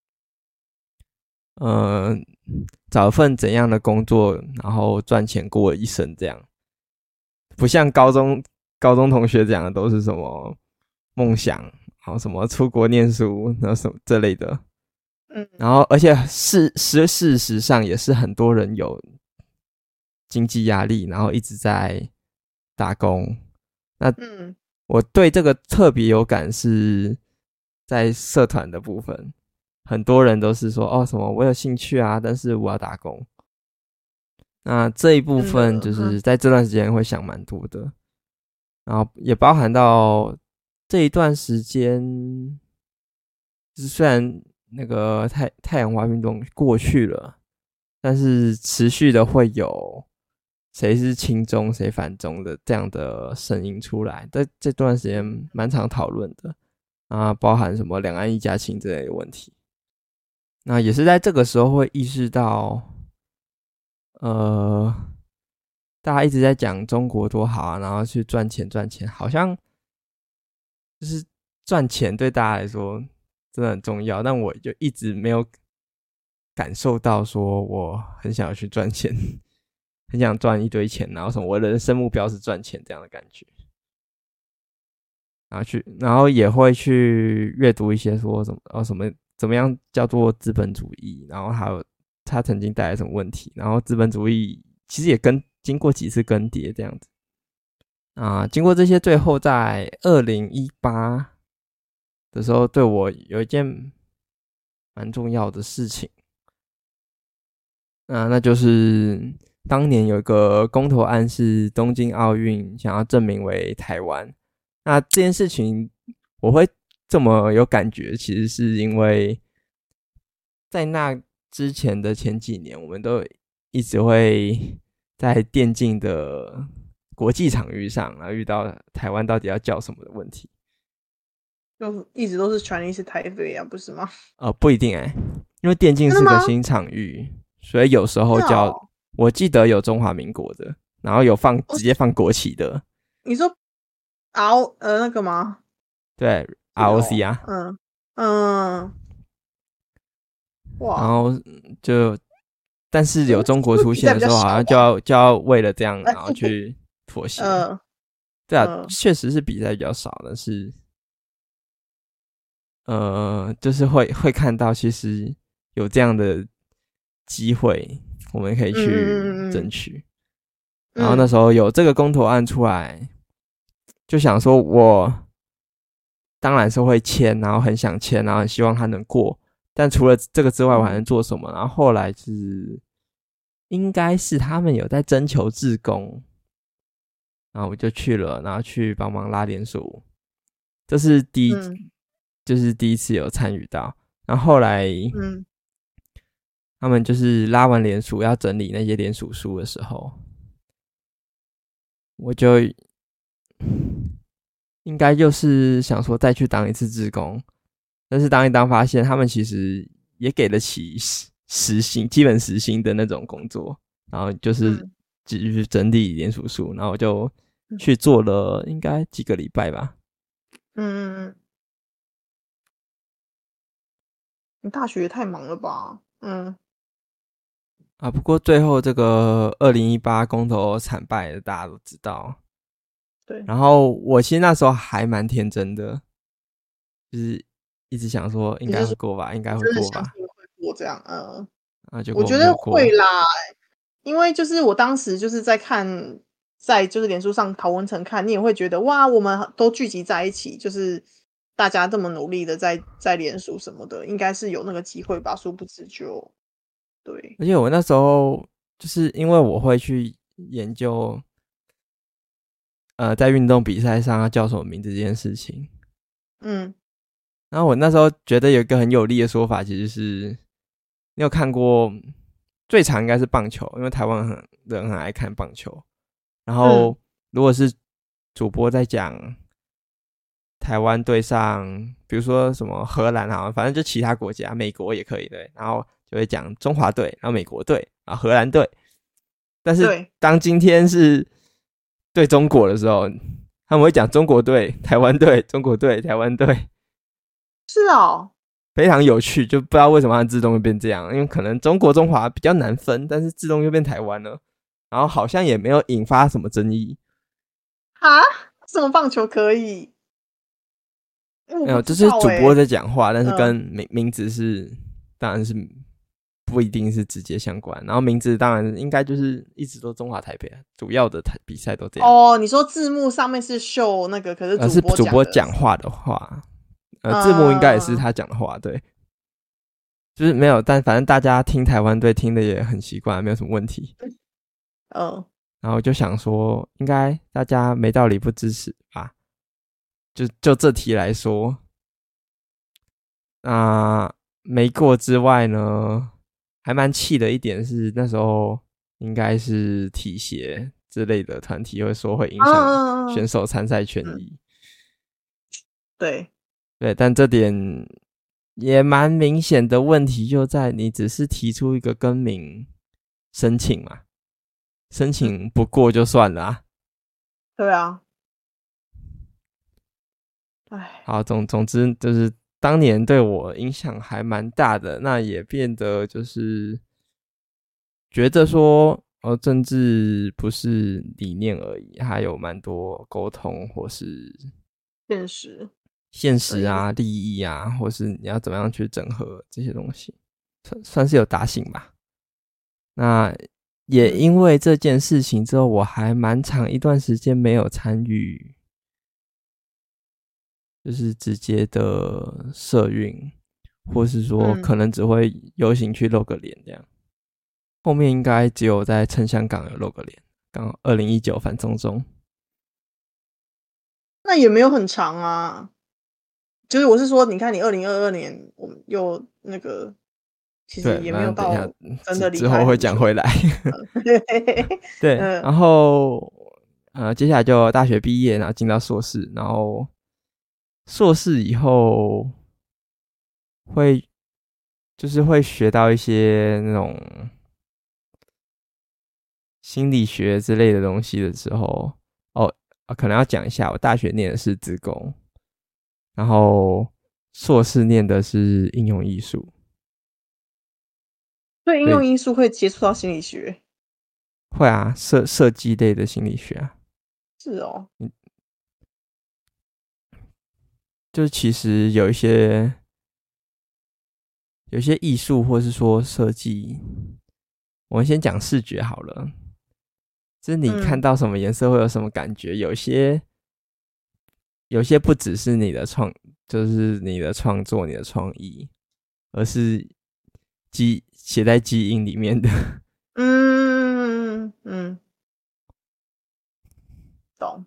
嗯、呃、找份怎样的工作，然后赚钱过一生这样，不像高中高中同学讲的都是什么梦想，然后什么出国念书，然后什么这类的。 嗯， 然后而且事事事实上也是很多人有经济压力，然后一直在打工。那嗯我对这个特别有感是在社团的部分，很多人都是说哦什么我有兴趣啊，但是我要打工。那这一部真分的， 就是嗯在这段时间会想蛮多的，然后也包含到这一段时间，就是虽然那个太太阳花运动过去了，但是持续的会有谁是亲中谁反中的这样的声音出来，在这段时间蛮常讨论的啊，包含什么两岸一家亲这类的问题。那也是在这个时候会意识到，呃，大家一直在讲中国多好啊，然后去赚钱赚钱，好像就是赚钱对大家来说真的很重要，但我就一直没有感受到说我很想要去赚钱，很想赚一堆钱，然后什么我的人生目标是赚钱这样的感觉。然后去，然后也会去阅读一些说什么哦什么怎么样叫做资本主义，然后还有它曾经带来什么问题，然后资本主义其实也跟经过几次更迭这样子啊，经过这些，最后在二零一八的时候，对我有一件蛮重要的事情，啊，那就是当年有一个公投案是东京奥运想要证明为台湾，那这件事情我会这么有感觉，其实是因为在那之前的前几年，我们都一直会在电竞的国际场域上，然后遇到台湾到底要叫什么的问题。 就一直都是传力是台北啊，不是吗？ 呃，不一定哎、欸，因为电竞是个新场域，所以有时候叫、哦、我记得有中华民国的，然后有放直接放国旗的。 你说 R 呃那个吗？ 对 ，R O C 啊， 嗯嗯，哇， 然后就但是有中国出现的时候，好像就要就要为了这样，然后去妥协。 呃， 对啊，确、呃、实是比赛比较少，但是。呃，就是会会看到，其实有这样的机会，我们可以去争取。嗯、然后那时候有这个公投案出来，就想说，我当然是会签，然后很想签，然后很希望它能过。但除了这个之外，我还能做什么？然后后来是应该是他们有在征求志工，然后我就去了，然后去帮忙拉联署。这是第一。嗯就是第一次有参与到，然后后来，嗯，他们就是拉完联署要整理那些联署书的时候，我就应该就是想说再去当一次志工，但是当一当发现他们其实也给得起时薪、基本时薪的那种工作，然后就是继续整理联署书，然后我就去做了应该几个礼拜吧。 嗯嗯嗯。你大学也太忙了吧，嗯， 啊，不过最后这个二零一八公投惨败的，大家都知道。 对。 然后我其实那时候还蛮天真的，就是一直想说应该会过吧，应该会过吧。 会过这样，嗯。 啊，就我觉得会啦，因为就是我当时就是在看，在就是脸书上陶文成看，你也会觉得哇，我们都聚集在一起，就是。大家这么努力的在在联署什么的，应该是有那个机会吧？殊不知就对。 而且我那时候就是因为我会去研究，呃，在运动比赛上要叫什么名字这件事情。 嗯。 然后我那时候觉得有一个很有力的说法，其实是你有看过最常应该是棒球，因为台湾很人很爱看棒球。然后如果是主播在讲。台湾对上，比如说什么荷兰好，反正就其他国家，美国也可以对，然后就会讲中华队，然后美国队，然后荷兰队。但是当今天是对中国的时候，他们会讲中国队、台湾队、中国队、台湾队。 是哦， 非常有趣，就不知道为什么它自动会变这样，因为可能中国中华比较难分，但是自动又变台湾了，然后好像也没有引发什么争议。 啊？什么棒球可以？ 没有，就是主播在讲话，但是跟名名字是，当然是不一定是直接相关。然后名字当然应该就是一直都中华台北，主要的台比赛都这样。 哦，你说字幕上面是秀那个，可是主播是主播讲话的话，呃，字幕应该也是他讲的话，对，就是没有，但反正大家听台湾队听的也很习惯，没有什么问题。 嗯， 然后就想说，应该大家没道理不支持吧。就就这题来说，那、呃、没过之外呢，还蛮气的一点是，那时候应该是体协之类的团体会说会影响选手参赛权益。 嗯、对对，但这点也蛮明显的问题就在你只是提出一个更名申请嘛，申请不过就算了啊。 对啊。唉， 好，总总之就是当年对我影响还蛮大的，那也变得就是觉得说，哦，政治不是理念而已，还有蛮多沟通或是现实、 现实啊、利益啊，或是你要怎么样去整合这些东西，算算是有打醒吧。那也因为这件事情之后，我还蛮长一段时间没有参与。就是直接的社运，或是说可能只会游行去露个脸这样。 后面应该只有在撑香港有露个脸，刚好二零一九反送中。 那也没有很长啊。就是我是说，你看你二零二二年我们又那个，其实也没有到真的离开之后会讲回来。对， 嗯、 然后呃，接下来就大学毕业，然后进到硕士，然后硕士以后会就是会学到一些那种心理学之类的东西的时候，哦，可能要讲一下，我大学念的是资工，然后硕士念的是应用艺术。 所以应用艺术会接触到心理学？ 会啊，设设计类的心理学啊。 是哦， 嗯，就是其实有一些有一些艺术或是说设计，我们先讲视觉好了。就是你看到什么颜色会有什么感觉，嗯、有些有些不只是你的创，就是你的创作、你的创意，而是基写在基因里面的。 嗯嗯，懂。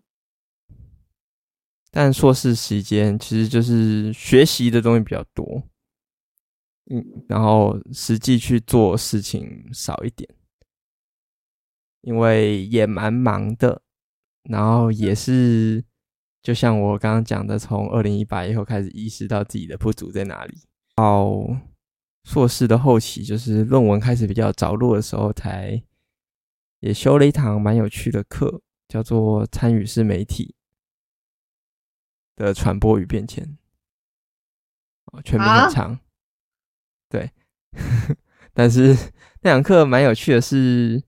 但硕士期间其实就是学习的东西比较多，嗯，然后实际去做事情少一点，因为也蛮忙的，然后也是就像我刚刚讲的，从二零一八以后开始意识到自己的不足在哪里。到硕士的后期，就是论文开始比较着落的时候，才也修了一堂蛮有趣的课，叫做参与式媒体的传播与变迁。全名很长，啊、对，但是那堂课蛮有趣的是，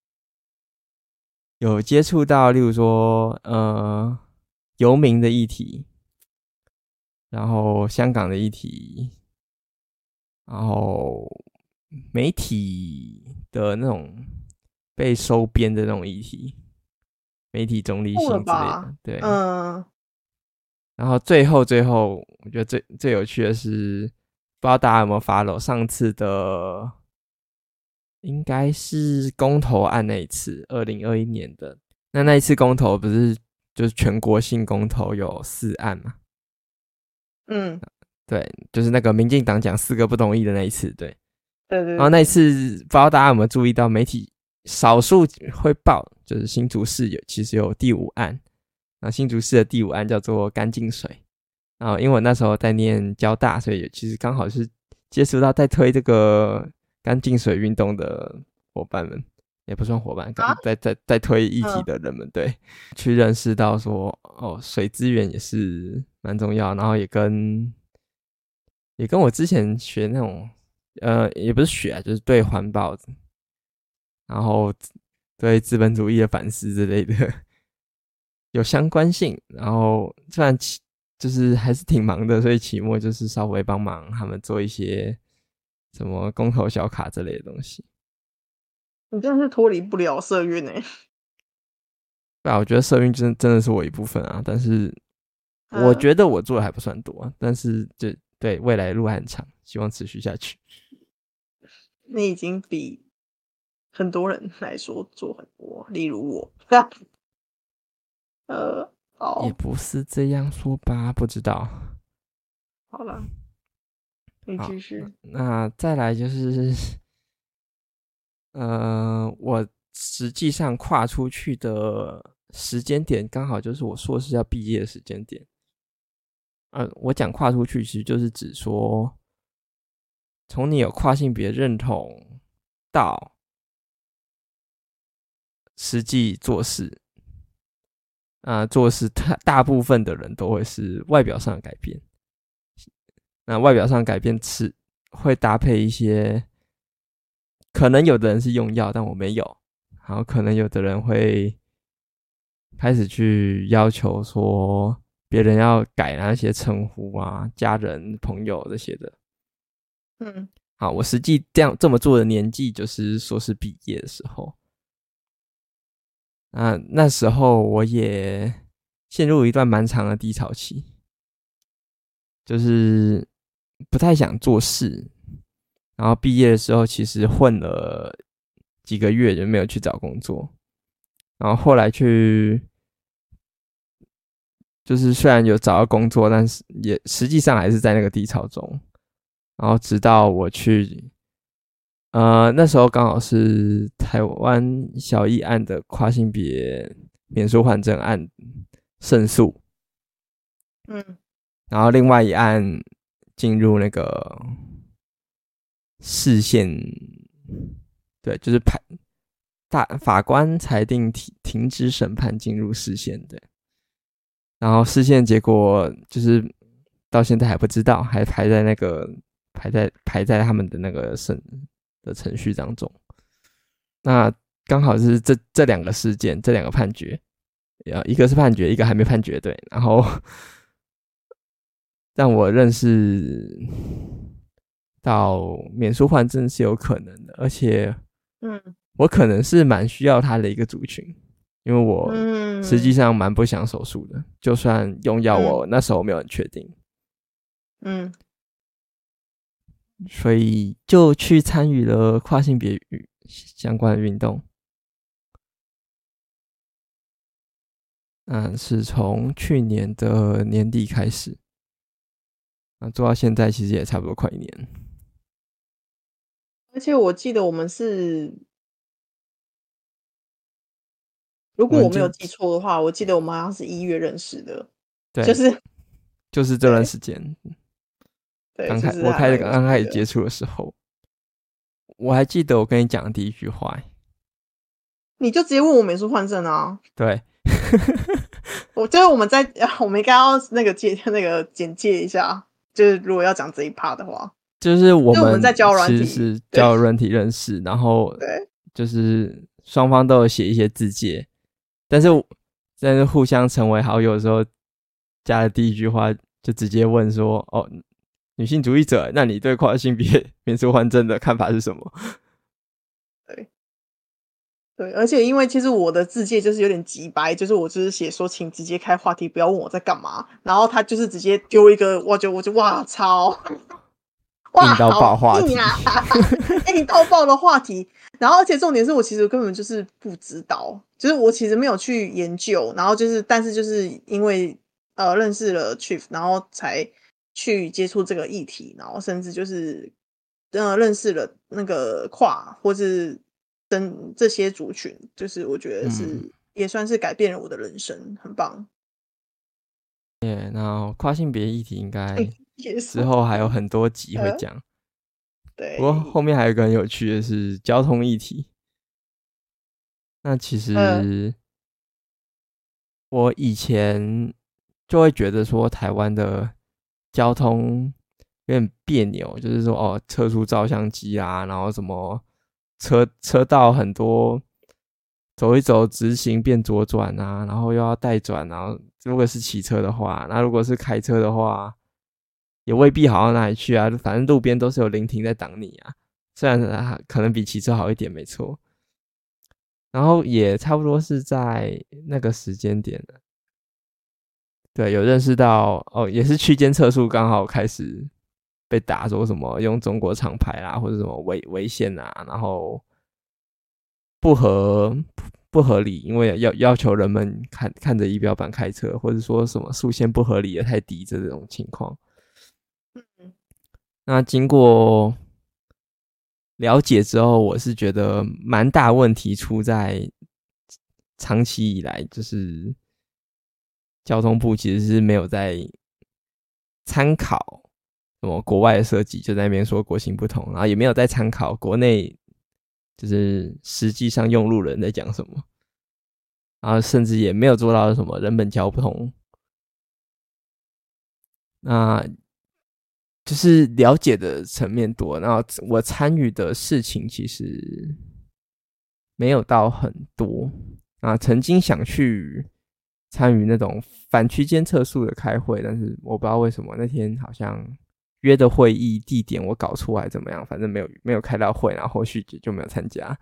有接触到，例如说，呃，游民的议题，然后香港的议题，然后媒体的那种被收编的那种议题，媒体中立性之类的，对， 嗯。 然后最后最后，我觉得最最有趣的是，不知道大家有没有 follow 上次的，应该是公投案那一次，二零二一年的。那那一次公投不是就是全国性公投有四案嘛？ 嗯， 对，就是那个民进党讲四个不同意的那一次，对。 对 对, 对。 然后那一次不知道大家有没有注意到，媒体少数会报，就是新竹市有其实有第五案。然后新竹市的第五案叫做干净水，然后因为我那时候在念交大，所以其实刚好是接触到在推这个干净水运动的伙伴们，也不算伙伴，啊、在在在推议题的人们，对，去认识到说，哦，水资源也是蛮重要，然后也跟也跟我之前学那种，呃，也不是学啊，就是对环保，然后对资本主义的反思之类的。有相关性，然后虽然期就是还是挺忙的，所以期末就是稍微帮忙他们做一些什么公投小卡之类的东西。 你真的是脱离不了社运欸。 对啊，我觉得社运真真的是我一部分啊，但是我觉得我做的还不算多，啊，但是就对未来的路还很长，希望持续下去。 你已经比很多人来说做很多，例如我。呃，哦， 也不是这样说吧，不知道。 好了，你继续。 那再来就是，呃，我实际上跨出去的时间点，刚好就是我硕士要毕业的时间点。呃，我讲跨出去，其实就是指说，从你有跨性别认同到实际做事。啊、呃，做事大大部分的人都会是外表上的改变，那外表上的改变是会搭配一些，可能有的人是用药，但我没有，然后可能有的人会开始去要求说别人要改那些称呼啊，家人、朋友这些的。 嗯， 好，我实际这样这么做的年纪就是硕士毕业的时候。啊，那时候我也陷入一段蛮长的低潮期，就是不太想做事，然后毕业的时候其实混了几个月就没有去找工作，然后后来去就是虽然有找到工作，但是也实际上还是在那个低潮中，然后直到我去呃那时候刚好是台湾小艺案的跨性别免书换证案胜诉， 嗯， 然后另外一案进入那个释宪，对，就是判大法官裁定停停止审判进入释宪的，然后释宪结果就是到现在还不知道，还排在那个排在排在他们的那个审的程序当中。那刚好是这这两个事件，这两个判决，一个是判决，一个还没判决，对，然后让我认识到免书换证是有可能的，而且， 嗯， 我可能是蛮需要他的一个族群，因为我实际上蛮不想手术的，就算用药，我那时候没有很确定， 嗯， 所以就去参与了跨性别相关的运动。嗯，是从去年的年底开始，那做到现在其实也差不多快一年。 而且我记得我们是，如果我没有记错的话，我记得我们好像是一月认识的， 对， 就是就是这段时间， 对， 刚开、 就是、 我开始刚开始接触的时候，我还记得我跟你讲的第一句话、欸， 你就直接问我免书换证啊？ 对， 我就是我们在我们应该要那个介那个简介一下，就是如果要讲这一 part 的话， 就是我们, 我们在交友软体其实是交友软体认识，然后对， 就是双方都有写一些自介，但是但是互相成为好友的时候，加的第一句话就直接问说：“哦，女性主义者，那你对跨性别免书换证的看法是什么？” 对。对，而且因为其实我的自介就是有点急白，就是我就是写说请直接开话题，不要问我在干嘛。然后他就是直接丢一个，我就我就哇操，哇硬到爆话题啊，硬到爆的话题。然后而且重点是我其实根本就是不知道，就是我其实没有去研究，然后就是但是就是因为呃认识了 Chief， 然后才去接触这个议题，然后甚至就是呃认识了那个跨或是。跟这些族群，就是我觉得是、嗯、也算是改变了我的人生，很棒。 对，然后跨性别议题应该之后还有很多集会讲。 对， 不过后面还有一个很有趣的是交通议题。那其实我以前就会觉得说台湾的交通有点别扭，就是说哦，测出照相机啊，然后什么。车车道很多，走一走直行变左转啊，然后又要带转，然后如果是骑车的话，那如果是开车的话，也未必好到哪里去啊，反正路边都是有临停在挡你啊，虽然、啊、可能比骑车好一点，没错。然后也差不多是在那个时间点的，对，有认识到哦，也是区间测速刚好开始。被打说什么用中国厂牌啦，或者什么违违宪啊，然后不合不合理，因为要要求人们看看着仪表板开车，或者说什么速限不合理也太低这种情况。嗯，那经过了解之后，我是觉得蛮大问题出在长期以来，就是交通部其实是没有在参考。什么国外的设计就在那边说国情不同，然后也没有在参考国内，就是实际上用路人在讲什么，然后甚至也没有做到什么人本交通。那就是了解的层面多，然后我参与的事情其实没有到很多啊。曾经想去参与那种反区间测速的开会，但是我不知道为什么那天好像。约的会议地点我搞出来怎么样？反正没有没有开到会，然后后续就没有参加。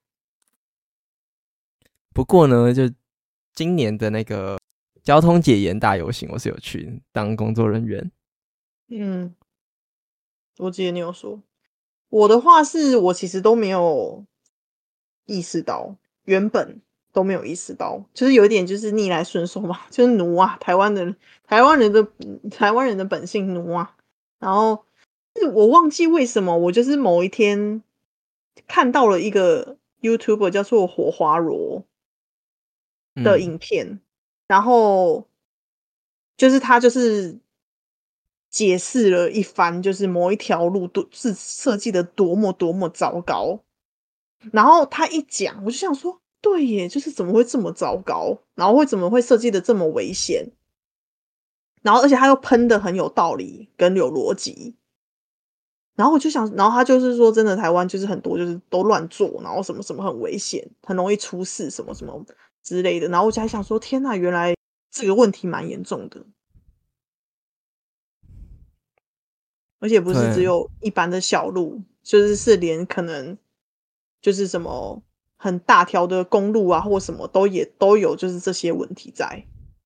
不过呢，就今年的那个交通解严大游行，我是有去当工作人员。 嗯，我记得你有说，我的话是我其实都没有意识到，原本都没有意识到，就是有一点就是逆来顺受嘛，就是奴啊，台湾人台湾人的台湾人的本性奴啊。然后我忘记为什么，我就是某一天看到了一个 YouTuber 叫做火花罗的影片，嗯、然后就是他就是解释了一番，就是某一条路都是设计的多么多么糟糕。然后他一讲，我就想说，对耶，就是怎么会这么糟糕？然后会怎么会设计的这么危险？然后而且他又喷的很有道理跟有逻辑。然后我就想，然后他就是说，真的台湾就是很多就是都乱做，然后什么什么很危险，很容易出事，什么什么之类的。然后我就还想说，天哪，原来这个问题蛮严重的，而且不是只有一般的小路，就是是连可能就是什么很大条的公路啊，或什么都也都有，就是这些问题在。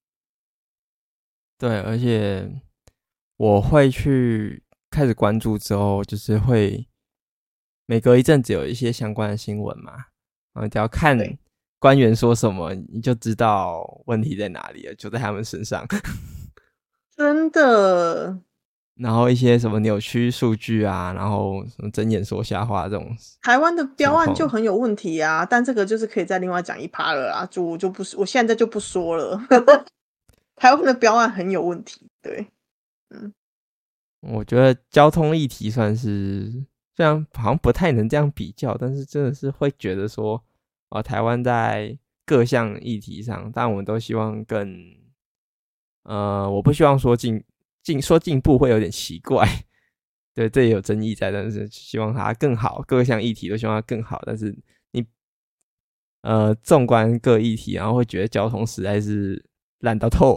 对，而且我会去开始关注之后，就是会每隔一阵子有一些相关的新闻嘛，然后只要看官员说什么，你就知道问题在哪里了，就在他们身上。 真的。 然后一些什么扭曲数据啊，然后什么睁眼说瞎话这种， 台湾的标案就很有问题啊，但这个就是可以再另外讲一趴了啊，就我就不我现在就不说了。台湾的标案很有问题，对，嗯， 我觉得交通议题算是虽然好像不太能这样比较，但是真的是会觉得说，哦，台湾在各项议题上，但我们都希望更，呃，我不希望说进进说进步会有点奇怪，对，这也有争议在，但是希望它更好，各项议题都希望它更好，但是你，呃，纵观各议题，然后会觉得交通实在是烂到透。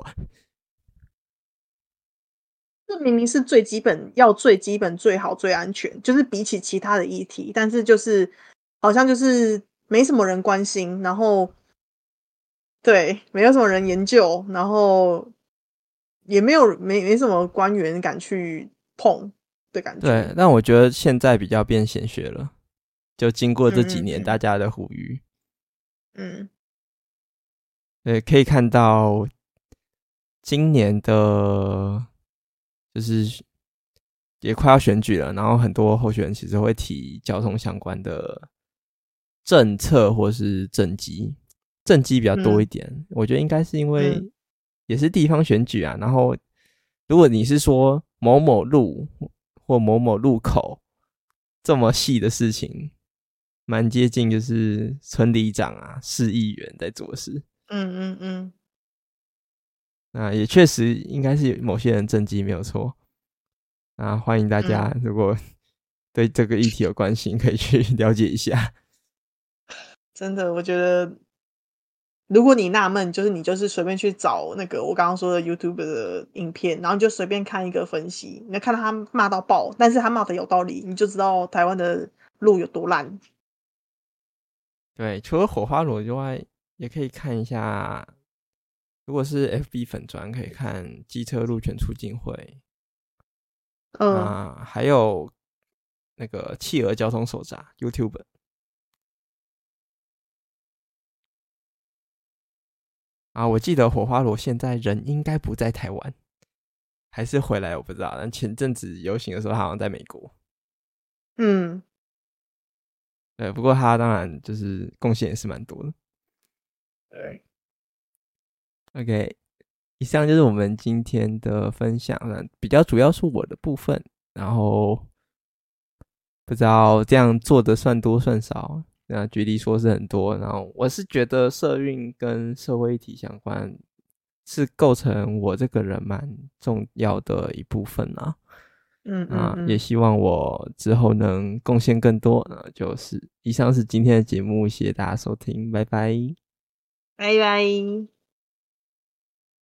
这明明是最基本要最基本最好最安全，就是比起其他的议题，但是就是好像就是没什么人关心，然后对，没有什么人研究，然后也没有没没什么官员敢去碰的感觉。 对，但我觉得现在比较变显学了，就经过这几年大家的呼吁， 嗯， 对，可以看到今年的。就是也快要选举了，然后很多候选人其实会提交通相关的政策或是政绩，政绩比较多一点、嗯、我觉得应该是因为也是地方选举啊、嗯、然后如果你是说某某路或某某路口这么细的事情，蛮接近就是村里长啊市议员在做事。 嗯嗯嗯， 那也确实应该是某些人政绩没有错，那欢迎大家如果对这个议题有关心，可以去了解一下。 真的，我觉得如果你纳闷，就是你就是随便去找那个我刚刚说的 YouTube 的影片，然后你就随便看一个分析，你就看到他骂到爆，但是他骂的有道理，你就知道台湾的路有多烂。 对，除了火花罗之外，也可以看一下。如果是 F B 粉专，可以看机车路权促进会，嗯、呃，还有那个企鹅交通手札 YouTube。啊，我记得火花罗现在人应该不在台湾，还是回来我不知道。但前阵子游行的时候，他好像在美国。 嗯， 对，不过他当然就是贡献也是蛮多的。 对。 OK， 以上就是我们今天的分享，比较主要是我的部分，然后不知道这样做的算多算少，那举例说是很多，然后我是觉得社运跟社会议题相关是构成我这个人蛮重要的一部分啊。 嗯嗯嗯， 啊，也希望我之后能贡献更多。那就是以上是今天的节目，谢谢大家收听，拜拜， 拜拜。